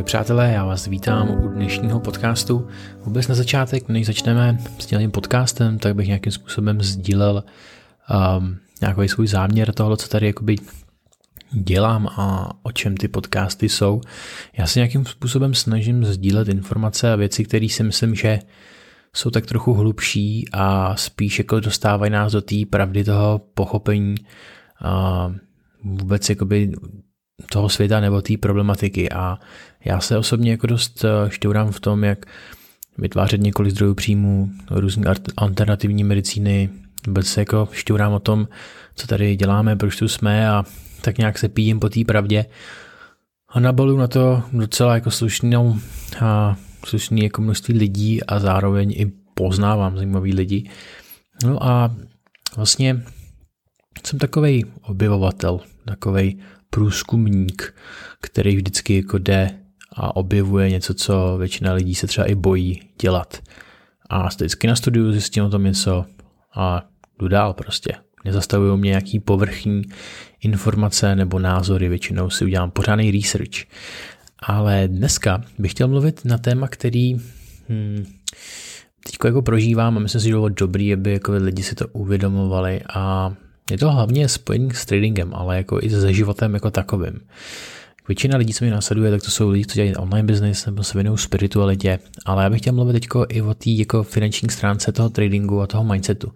Ahoj přátelé, já vás vítám u dnešního podcastu. Vůbec na začátek, než začneme s tím podcastem, tak bych nějakým způsobem sdílel nějaký svůj záměr toho, co tady jakoby dělám a o čem ty podcasty jsou. Já se nějakým způsobem snažím sdílet informace a věci, které si myslím, že jsou tak trochu hlubší a spíš jako dostávají nás do té pravdy toho pochopení vůbec jakoby toho světa nebo té problematiky. A já se osobně jako dost šťourám v tom, jak vytvářet několik zdrojů příjmů, různé alternativní medicíny, vůbec se jako šťourám o tom, co tady děláme, proč tu jsme a tak nějak se píjím po té pravdě a nabaluju na to docela jako slušný jako množství lidí a zároveň i poznávám zajímavý lidi. No a vlastně jsem takovej objevovatel, takovej průzkumník, který vždycky jako jde a objevuje něco, co většina lidí se třeba i bojí dělat. A vždycky na studiu zjistím o tom něco a jdu dál prostě. Nezastavují mě nějaký povrchní informace nebo názory, většinou si udělám pořádný research. Ale dneska bych chtěl mluvit na téma, který teď jako prožívám a myslím si, že bylo dobrý, aby jako lidi si to uvědomovali a je to hlavně spojený s tradingem, ale jako i se životem jako takovým. Většina lidí, co mě následuje, tak to jsou lidi, co dělají online business nebo se věnují spiritualitě, ale já bych chtěl mluvit teďko i o té jako finanční stránce toho tradingu a toho mindsetu.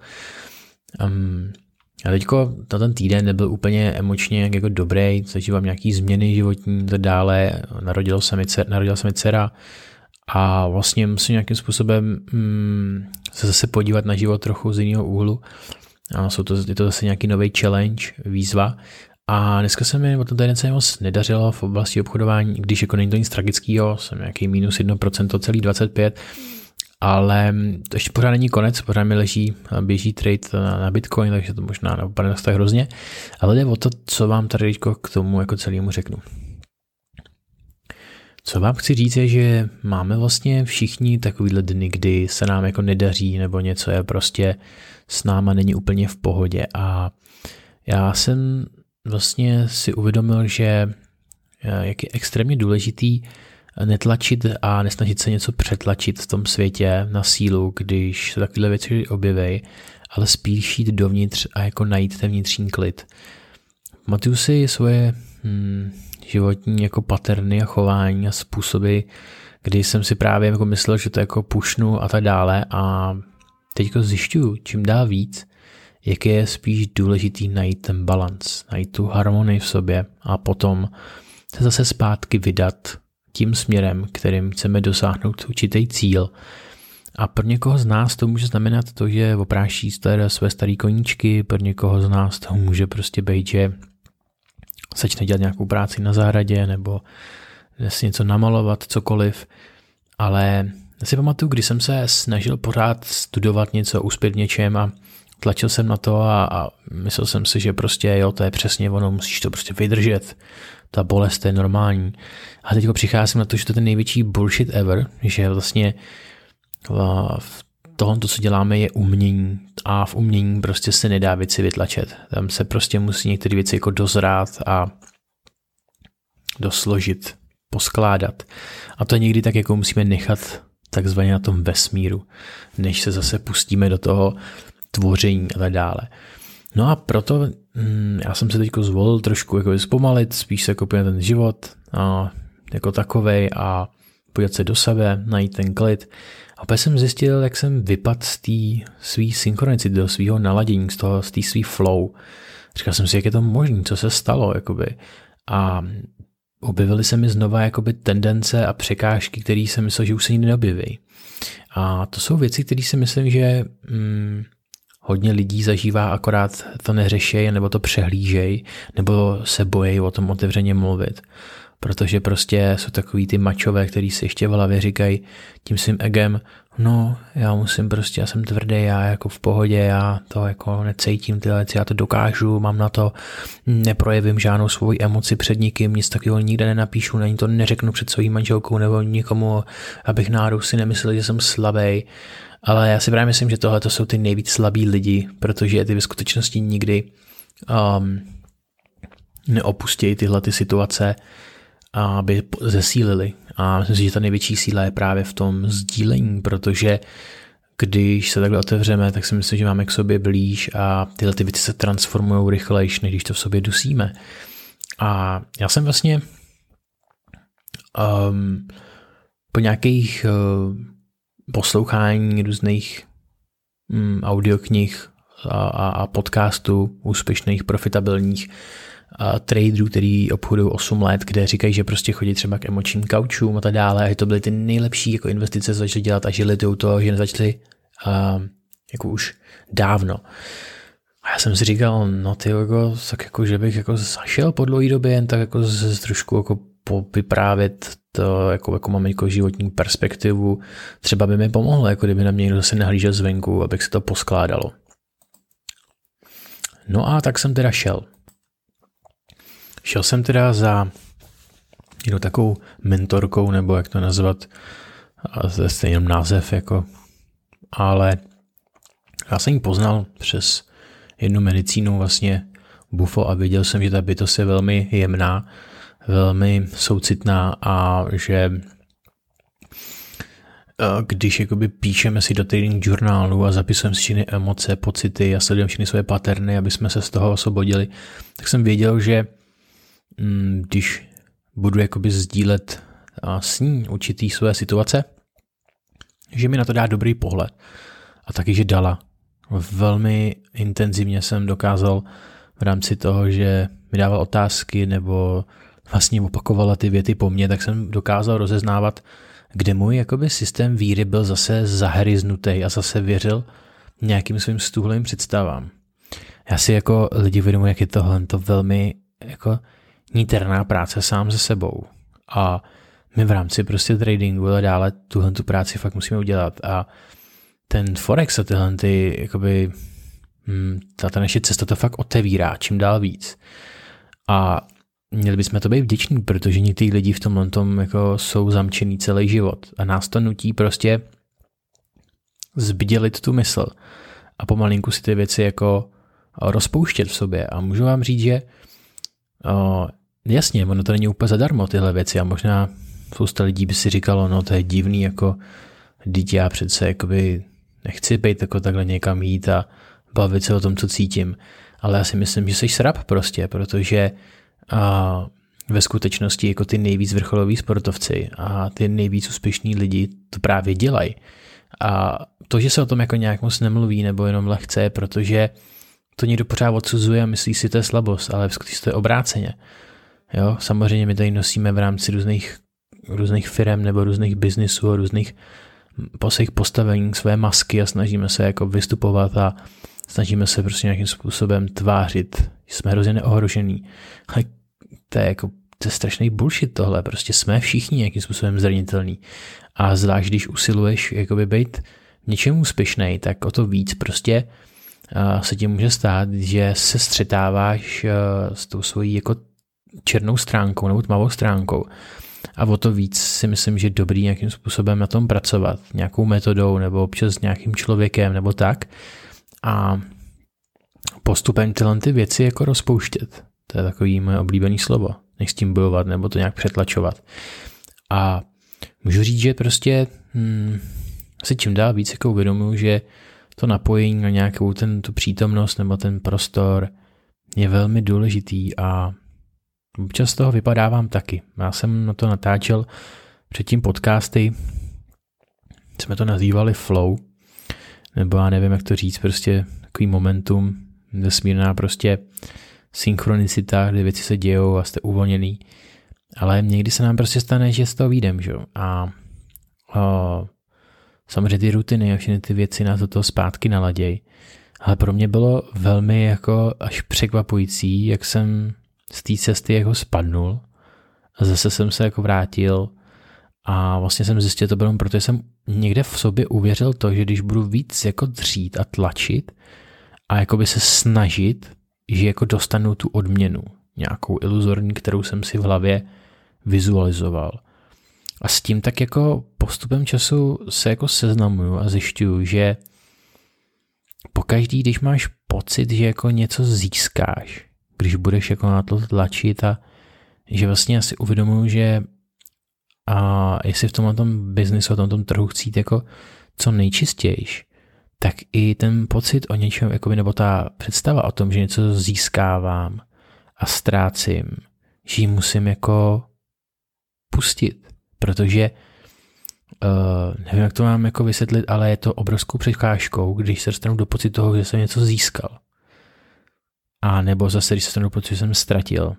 A teďko ten týden nebyl úplně emočně jako dobrý, zažívám nějaký změny životní, tak dále, narodila se mi dcera a vlastně musím nějakým způsobem se zase podívat na život trochu z jiného úhlu. A je to zase nějaký nový challenge, výzva. A dneska se mi o tom týden se moc nedařilo v oblasti obchodování, když jako není to nic tragického, jsem nějaký minus 1%, celý 25%, ale to ještě pořád není konec, pořád mi běží trade na Bitcoin, takže to možná nedopadne tak hrozně, ale jde o to, co vám tady k tomu jako celému řeknu. Co vám chci říct je, že máme vlastně všichni takovýhle dny, kdy se nám jako nedaří nebo něco je prostě s náma není úplně v pohodě a já jsem vlastně si uvědomil, že jak je extrémně důležitý netlačit a nesnažit se něco přetlačit v tom světě na sílu, když se takovéhle věci objeví, ale spíš jít dovnitř a jako najít ten vnitřní klid. Pamatuju si svoje životní jako paterny a chování a způsoby, kdy jsem si právě jako myslel, že to jako pušnu a tak dále a teďko zjišťuju čím dál víc, jak je spíš důležitý najít ten balans, najít tu harmonii v sobě a potom se zase zpátky vydat tím směrem, kterým chceme dosáhnout určitý cíl. A pro někoho z nás to může znamenat to, že opráší své starý koníčky, pro někoho z nás to může prostě být, že začne dělat nějakou práci na zahradě nebo si něco namalovat, cokoliv. Ale já si pamatuju, když jsem se snažil pořád studovat něco, uspět v něčem a tlačil jsem na to a myslel jsem si, že prostě jo, to je přesně ono, musíš to prostě vydržet. Ta bolest je normální. A teď přicházím na to, že to je ten největší bullshit ever, že vlastně v tohle, co děláme, je umění a v umění prostě se nedá věci vytlačet. Tam se prostě musí některé věci jako dozrát a dosložit, poskládat. A to někdy tak jako musíme nechat takzvaně na tom vesmíru, než se zase pustíme do toho tvoření a tak dále. No a proto já jsem se teďko zvolil trošku jako zpomalit, spíš se kopit na ten život jako takovej a podívat se do sebe, najít ten klid. A opět jsem zjistil, jak jsem vypadl z té svý synchronicity, do svého naladění, z té svý flow. Říkal jsem si, jak je to možné, co se stalo, jakoby. A objevily se mi znova jakoby tendence a překážky, které jsem myslel, že už se nikdy neobjeví. A to jsou věci, které si myslím, že hodně lidí zažívá, akorát to neřešej, nebo to přehlížej, nebo se bojí o tom otevřeně mluvit. Protože prostě jsou takový ty mačové, který si ještě v hlavě říkají tím svým egem, no já jsem tvrdý, já jako v pohodě, já to jako necítím tyhle věci, já to dokážu, mám na to, neprojevím žádnou svoji emoci před nikým, nic takového nikde nenapíšu, ani to neřeknu před svojí manželkou nebo nikomu, abych náhodou si nemyslel, že jsem slabý. Ale já si právě myslím, že tohle to jsou ty nejvíc slabí lidi, protože ty ve skutečnosti nikdy neopustějí tyhle ty situace aby zesílili. A myslím si, že ta největší síla je právě v tom sdílení, protože když se takhle otevřeme, tak si myslím, že máme k sobě blíž a tyhle ty věci se transformují rychlejš, než když to v sobě dusíme. A já jsem vlastně po nějakých poslouchání různých audioknih a podcastů úspěšných, profitabilních traderů, který obchodují 8 let, kde říkají, že prostě chodí třeba k emočním kaučům a tak dále. A to byly ty nejlepší jako investice, co začali dělat a žili to, že nezačali jako už dávno. A já jsem si říkal, no ty jako, tak jako, že bych jako zašel po dlouhé době jen tak jako trošku jako vyprávět to, jako mám jako životní perspektivu. Třeba by mi pomohlo, jako kdyby na mě někdo zase nahlížel zvenku, abych se to poskládalo. No a tak jsem teda šel. Šel jsem teda za jednou takovou mentorkou, nebo jak to nazvat, to je stejný název, jako, ale já jsem ji poznal přes jednu medicínu vlastně bufo a viděl jsem, že ta bytost je velmi jemná, velmi soucitná a že když jakoby píšeme si do trading journálu a zapisujeme si všechny emoce, pocity a sledujeme všechny svoje paterny, aby jsme se z toho osvobodili, tak jsem věděl, že když budu jakoby sdílet s ní určitý své situace, že mi na to dá dobrý pohled. A taky, že dala. Velmi intenzivně jsem dokázal v rámci toho, že mi dával otázky nebo vlastně opakovala ty věty po mně, tak jsem dokázal rozeznávat, kde můj jakoby systém víry byl zase zahryznutý a zase věřil nějakým svým stůhlým představám. Já si jako lidi uvědomuji, jak je tohle to velmi jako níterná práce sám se sebou. A my v rámci prostě tradingu a dále tuhle tu práci fakt musíme udělat. A ten Forex a tyhle ty, jakoby, ta naše cesta to fakt otevírá čím dál víc. A měli bychom to být vděční, protože někteří lidi v tomhle tom jako jsou zamčený celý život. A nás to nutí prostě zbdělit tu mysl. A pomalinku si ty věci jako rozpouštět v sobě. A můžu vám říct, že jasně, ono to není úplně zadarmo tyhle věci a možná spousta lidí by si říkalo, no to je divný, jako dítě, já přece jakoby nechci být jako takhle někam jít a bavit se o tom, co cítím, ale já si myslím, že jsi srab prostě, protože ve skutečnosti jako ty nejvíc vrcholoví sportovci a ty nejvíc úspěšní lidi to právě dělají. A to, že se o tom jako nějak moc nemluví nebo jenom lehce, protože to někdo pořád odsuzuje a myslí si, to je slabost, ale v skutečnosti to je obráceně. Jo, samozřejmě my tady nosíme v rámci různých firem nebo různých biznisů a různých svých postavení své masky a snažíme se jako vystupovat a snažíme se prostě nějakým způsobem tvářit, že jsme hrozně neohrožený. Ale to je strašný bullshit tohle, prostě jsme všichni nějakým způsobem zranitelný. A zvlášť, když usiluješ jakoby být něčemu úspěšnej, tak o to víc prostě se ti může stát, že se střetáváš s tou svojí jako černou stránkou nebo tmavou stránkou. A o to víc si myslím, že je dobrý nějakým způsobem na tom pracovat, nějakou metodou nebo občas s nějakým člověkem nebo tak. A postupem tyhle ty věci jako rozpouštět. To je takový moje oblíbený slovo. Nech s tím bojovat nebo to nějak přetlačovat. A můžu říct, že prostě si čím dál víc jako uvědomuji, že to napojení na nějakou tu přítomnost nebo ten prostor je velmi důležitý a občas z toho vypadávám taky. Já jsem na to natáčel předtím podcasty, jsme to nazývali flow, nebo já nevím, jak to říct, prostě takový momentum, vesmírná prostě synchronicita, kde věci se dějou a jste uvolněný. Ale někdy se nám prostě stane, že z toho vyjdem, že? A samozřejmě ty rutiny a všechny ty věci nás do toho zpátky naladějí. Ale pro mě bylo velmi jako až překvapující, jak jsem z té cesty jako spadnul a zase jsem se jako vrátil a vlastně jsem zjistil to bylo, protože jsem někde v sobě uvěřil to, že když budu víc jako dřít a tlačit a jakoby se snažit, že jako dostanu tu odměnu, nějakou iluzorní, kterou jsem si v hlavě vizualizoval. A s tím tak jako postupem času se jako seznamuju a zjišťuju, že pokaždý, když máš pocit, že jako něco získáš, když budeš jako na to tlačit a že vlastně já si uvědomuji, že a jestli v tomhle biznisu, v tom trhu chcít jako co nejčistější, tak i ten pocit o něčem, jakoby, nebo ta představa o tom, že něco získávám a ztrácím, že ji musím jako pustit, protože nevím, jak to mám jako vysvětlit, ale je to obrovskou překážkou, když se dostanu do pocitu toho, že jsem něco získal. A nebo zase, když se dostanu do pocitu, že jsem ztratil.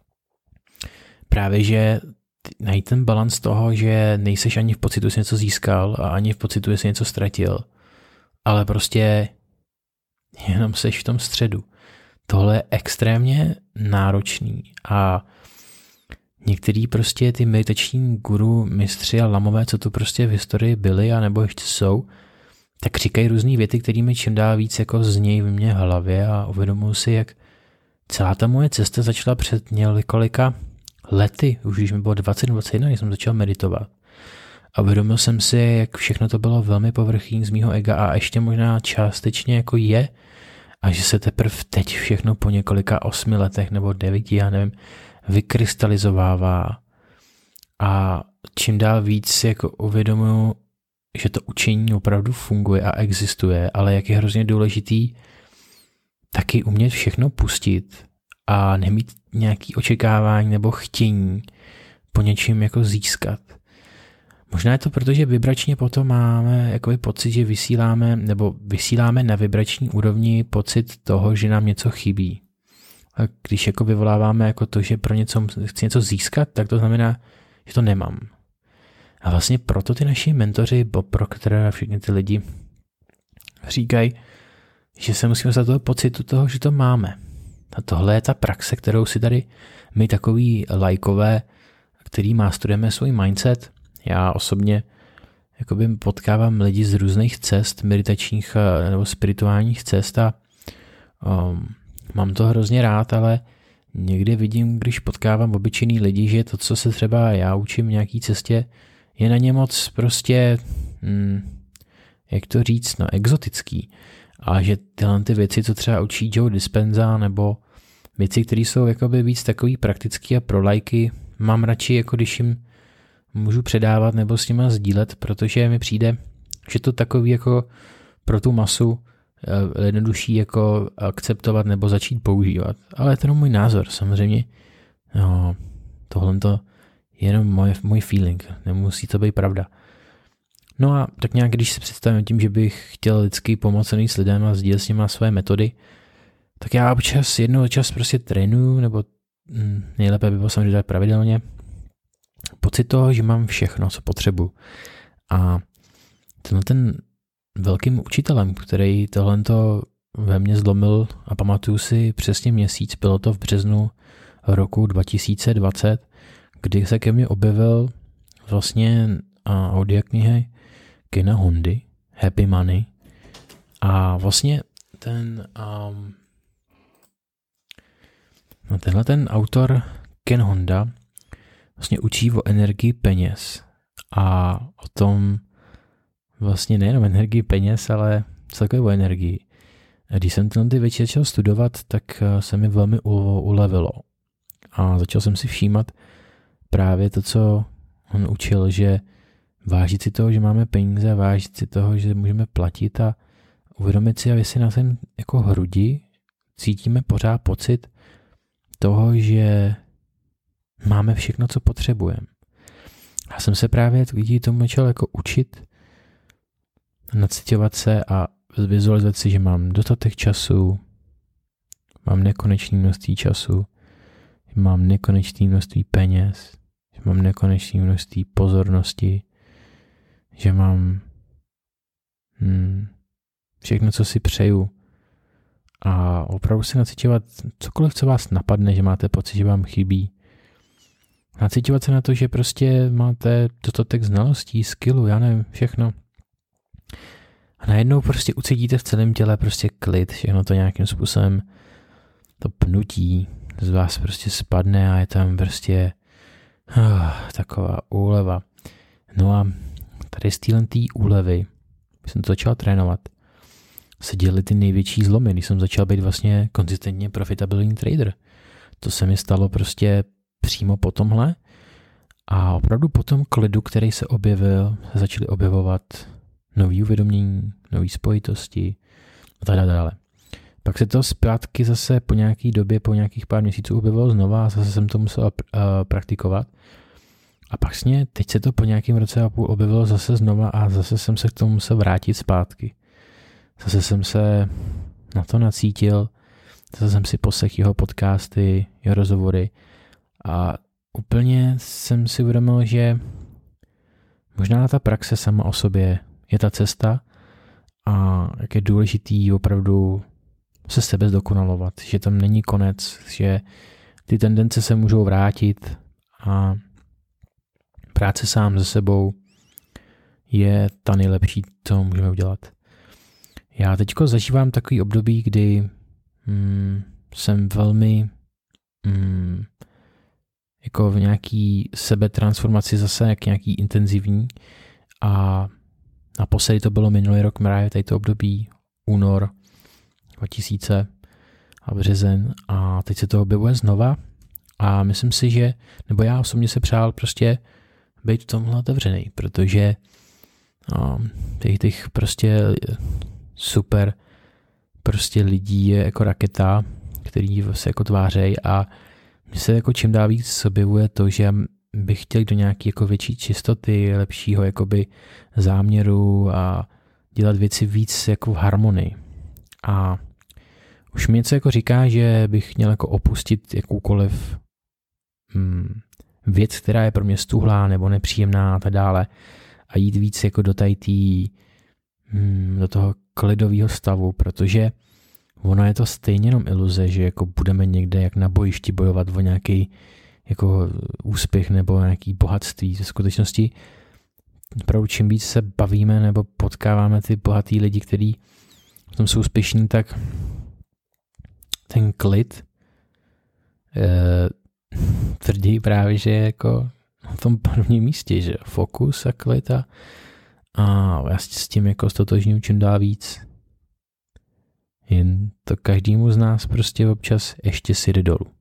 Právě, že najít ten balans toho, že nejseš ani v pocitu, že jsi něco získal a ani v pocitu, že jsi něco ztratil, ale prostě jenom seš v tom středu. Tohle je extrémně náročný a některý prostě ty meditační guru, mistři a lamové, co tu prostě v historii byli a nebo ještě jsou, tak říkají různý věty, kterými čím dál víc jako znějí v mně hlavě a uvědomuji si, jak celá ta moje cesta začala před několika lety, už když mi bylo 20-21, když jsem začal meditovat. A uvědomil jsem si, jak všechno to bylo velmi povrchní z mýho ega a ještě možná částečně jako je a že se teprve teď všechno po několika 8 letech nebo 9, já nevím, vykrystalizovává a čím dál víc jako uvědomuji, že to učení opravdu funguje a existuje, ale jak je hrozně důležitý taky umět všechno pustit a nemít nějaké očekávání nebo chtění po něčím jako získat. Možná je to proto, že vibračně potom máme jakoby pocit, že vysíláme na vibrační úrovni pocit toho, že nám něco chybí. A když jako vyvoláváme jako to, že pro něco chci něco získat, tak to znamená, že to nemám. A vlastně proto ty naši mentoři, pro které všichni ty lidi říkají, že se musíme za toho pocitu toho, že to máme. A tohle je ta praxe, kterou si tady my takový lajkové, který masterujeme svůj mindset. Já osobně jakoby potkávám lidi z různých cest, meditačních nebo spirituálních cest a mám to hrozně rád, ale někdy vidím, když potkávám obyčejný lidi, že to, co se třeba já učím v nějaký cestě, je na ně moc prostě, jak to říct, exotický. A že tyhle ty věci, co třeba učí Joe Dispenza, nebo věci, které jsou jakoby víc takový praktický a pro lajky, mám radši, jako když jim můžu předávat nebo s nima sdílet, protože mi přijde, že to takový jako pro tu masu jednodušší jako akceptovat nebo začít používat. Ale je to můj názor, samozřejmě. No, tohle to je jenom můj feeling, nemusí to být pravda. No a tak nějak, když se představím tím, že bych chtěl lidsky pomoct s lidem a sdílet s nima své metody, tak já občas jednou čas prostě trénuju, nebo nejlépe by bylo samozřejmě dělat pravidelně, pocit toho, že mám všechno, co potřebuji. A ten velkým učitelem, který tohleto ve mně zlomil a pamatuju si přesně měsíc, bylo to v březnu roku 2020, kdy se ke mně objevil vlastně audioknihy Kena Hondy, Happy Money. A vlastně tenhle ten autor Ken Honda vlastně učí o energii peněz a o tom vlastně nejenom energii peněz, ale celkově o energii. A když jsem ty věci začal studovat, tak se mi velmi ulevilo. A začal jsem si všímat právě to, co on učil, že vážit si toho, že máme peníze, vážit si toho, že můžeme platit a uvědomit si, jestli na svém jako hrudi cítíme pořád pocit toho, že máme všechno, co potřebujeme. Já jsem se právě díky tomu začal jako učit, nacitovat se a vizualizovat si, že mám dostatek času, mám nekonečné množství času, mám nekonečné množství peněz, že mám nekonečné množství pozornosti, že mám všechno, co si přeju. A opravdu si nacitovat cokoliv, co vás napadne, že máte pocit, že vám chybí. Nacitovat se na to, že prostě máte dostatek znalostí, skillu, já nevím, všechno. A najednou prostě ucítíte v celém těle prostě klid, všechno to nějakým způsobem, to pnutí z vás prostě spadne a je tam prostě taková úleva. No a tady z téhle úlevy, když jsem to začal trénovat, se děly ty největší zlomy, když jsem začal být vlastně konzistentně profitabilní trader. To se mi stalo prostě přímo po tomhle a opravdu po tom klidu, který se objevil, se začaly objevovat nový uvědomění, nový spojitosti a tak dále. Pak se to zpátky zase po nějaký době, po nějakých pár měsíců objevilo znova a zase jsem to musel praktikovat. A pak teď se to po nějakém roce a půl objevilo zase znova a zase jsem se k tomu musel vrátit zpátky. Zase jsem se na to nacítil, zase jsem si poslechl jeho podcasty, jeho rozhovory a úplně jsem si uvědomil, že možná ta praxe sama o sobě je ta cesta a jak je důležitý opravdu se sebe zdokonalovat, že tam není konec, že ty tendence se můžou vrátit a práce sám se sebou je ta nejlepší, co můžeme udělat. Já teďko zažívám takový období, kdy jsem velmi jako v nějaký sebetransformaci zase jak nějaký intenzivní a naposledy to bylo minulý rok právě tato období únor 2000 a březen a teď se to objevuje znova a myslím si, že, nebo já osobně se přál prostě být v tomhle otevřený, protože těch prostě super prostě lidí je jako raketa, který se jako tvářejí a mně se jako čím dál víc objevuje to, že bych chtěl do nějaký jako větší čistoty, lepšího jakoby záměru a dělat věci víc jako v harmonii. A už mi něco jako říká, že bych měl jako opustit jakoukoliv věc, která je pro mě stuhlá nebo nepříjemná a tak dále a jít víc jako do toho klidového stavu, protože ono je to stejně jenom iluze, že jako budeme někde jak na bojišti bojovat o nějaký jako úspěch nebo nějaký bohatství. V skutečnosti opravdu čím víc se bavíme nebo potkáváme ty bohatý lidi, kteří v tom jsou úspěšní, tak ten klid tvrdí právě, že je jako na tom prvním místě, že fokus a klid a já s tím jako stotožňuji čím dál víc. Jen to každému z nás prostě občas ještě si jde dolů.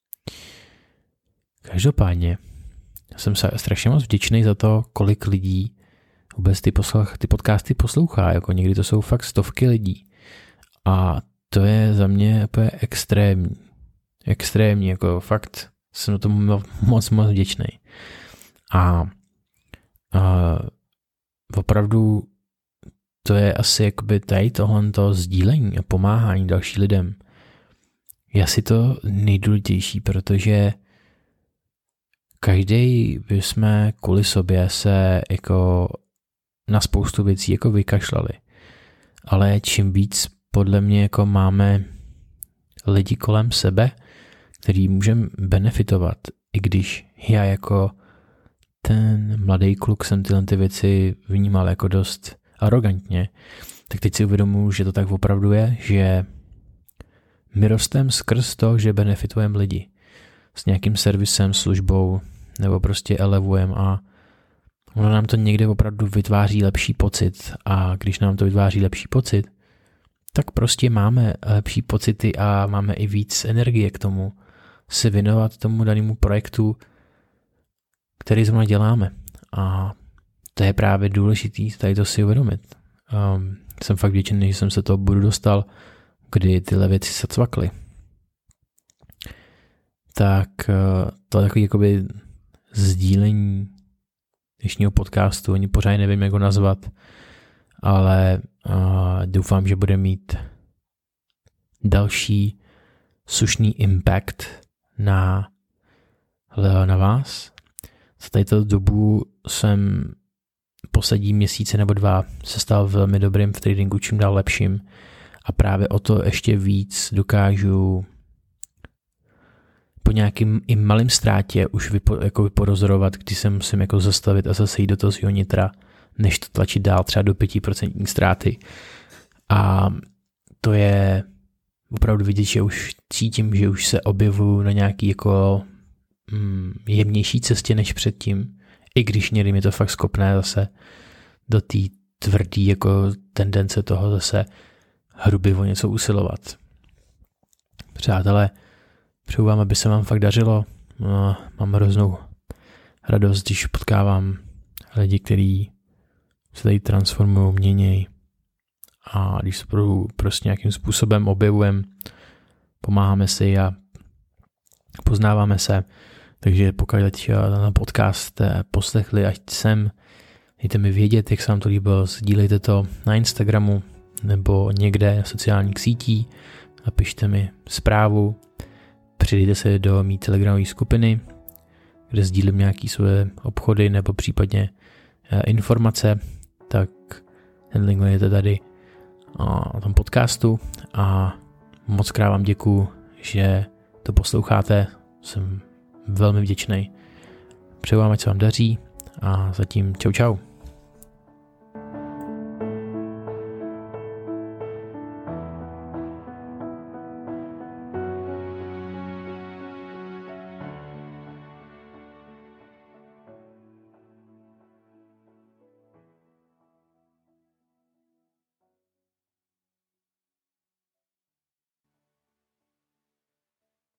Každopádně jsem strašně moc vděčný za to, kolik lidí vůbec ty podcasty poslouchá. Jako někdy to jsou fakt stovky lidí. A to je za mě úplně extrémní. Extrémní, jako fakt jsem na tom moc vděčný. A opravdu to je asi jakoby tady tohoto sdílení a pomáhání dalším lidem. Je asi to nejdůležitější, protože každý bychom kvůli sobě se jako na spoustu věcí jako vykašlali. Ale čím víc podle mě jako máme lidi kolem sebe, který můžeme benefitovat, i když já jako ten mladý kluk jsem ty věci vnímal jako dost arrogantně, tak teď si uvědomuji, že to tak opravdu je, že my rosteme skrz to, že benefitujeme lidi s nějakým servisem, službou nebo prostě elevujeme a ono nám to někde opravdu vytváří lepší pocit a když nám to vytváří lepší pocit, tak prostě máme lepší pocity a máme i víc energie k tomu se věnovat tomu danému projektu, který zrovna děláme. A to je právě důležitý tady to si uvědomit. Jsem fakt vděčný, že jsem se toho bodu dostal, kdy tyhle věci se cvakly. Tak to je takový jakoby sdílení dnešního podcastu, ani pořád nevím, jak ho nazvat, ale doufám, že bude mít další slušný impact na vás. Za této dobu jsem poslední měsíce nebo 2 se stal velmi dobrým v tradingu, čím dál lepším a právě o to ještě víc dokážu po nějakým i malým ztrátě už vyporozorovat, kdy se musím jako zastavit a zase jít do toho svého nitra, než to tlačit dál třeba do 5% ztráty. A to je opravdu vidět, že už cítím, že už se objevuju na nějaký jako jemnější cestě než předtím, i když někdy mi to fakt skopne zase do té tvrdý jako tendence toho zase hrubě o něco usilovat. Přátelé, přeju vám, aby se vám fakt dařilo, mám hroznou radost, když potkávám lidi, kteří se tady transformují, měnějí a když se prostě nějakým způsobem objevujeme, pomáháme si a poznáváme se. Takže pokud ten podcast jste poslechli až sem, dejte mi vědět, jak se vám to líbilo, sdílejte to na Instagramu nebo někde na sociálních sítí, napište mi zprávu, přidejte se do mý telegramové skupiny, kde sdílím nějaké své obchody nebo případně informace, tak ten link najdete tady na tom podcastu a moc krát vám děkuju, že to posloucháte, jsem velmi vděčný. Přeju vám, ať se vám daří a zatím čau.